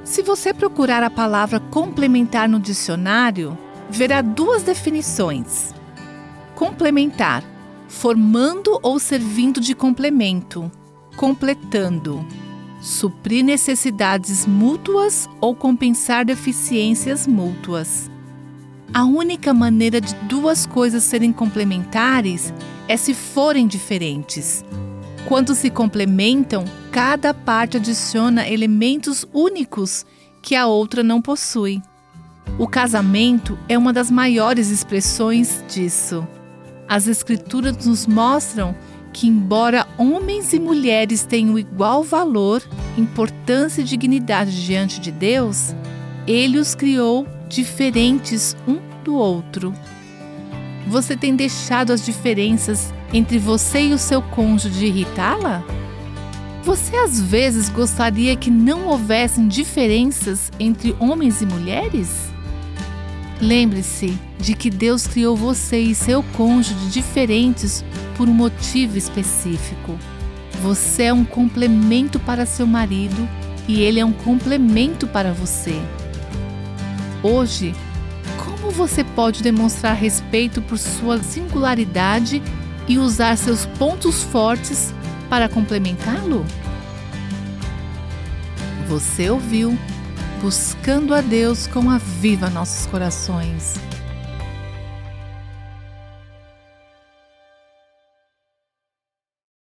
Se você procurar a palavra complementar no dicionário, verá duas definições. Complementar, formando ou servindo de complemento, completando. Suprir necessidades mútuas ou compensar deficiências mútuas. A única maneira de duas coisas serem complementares é se forem diferentes. Quando se complementam, cada parte adiciona elementos únicos que a outra não possui. O casamento é uma das maiores expressões disso. As Escrituras nos mostram que, embora homens e mulheres tenham igual valor, importância e dignidade diante de Deus, Ele os criou diferentes um do outro. Você tem deixado as diferenças entre você e o seu cônjuge irritá-la? Você às vezes gostaria que não houvessem diferenças entre homens e mulheres? Lembre-se de que Deus criou você e seu cônjuge diferentes por um motivo específico. Você é um complemento para seu marido e ele é um complemento para você. Hoje, como você pode demonstrar respeito por sua singularidade e usar seus pontos fortes para complementá-lo? Você ouviu Buscando a Deus com Aviva Nossos Corações.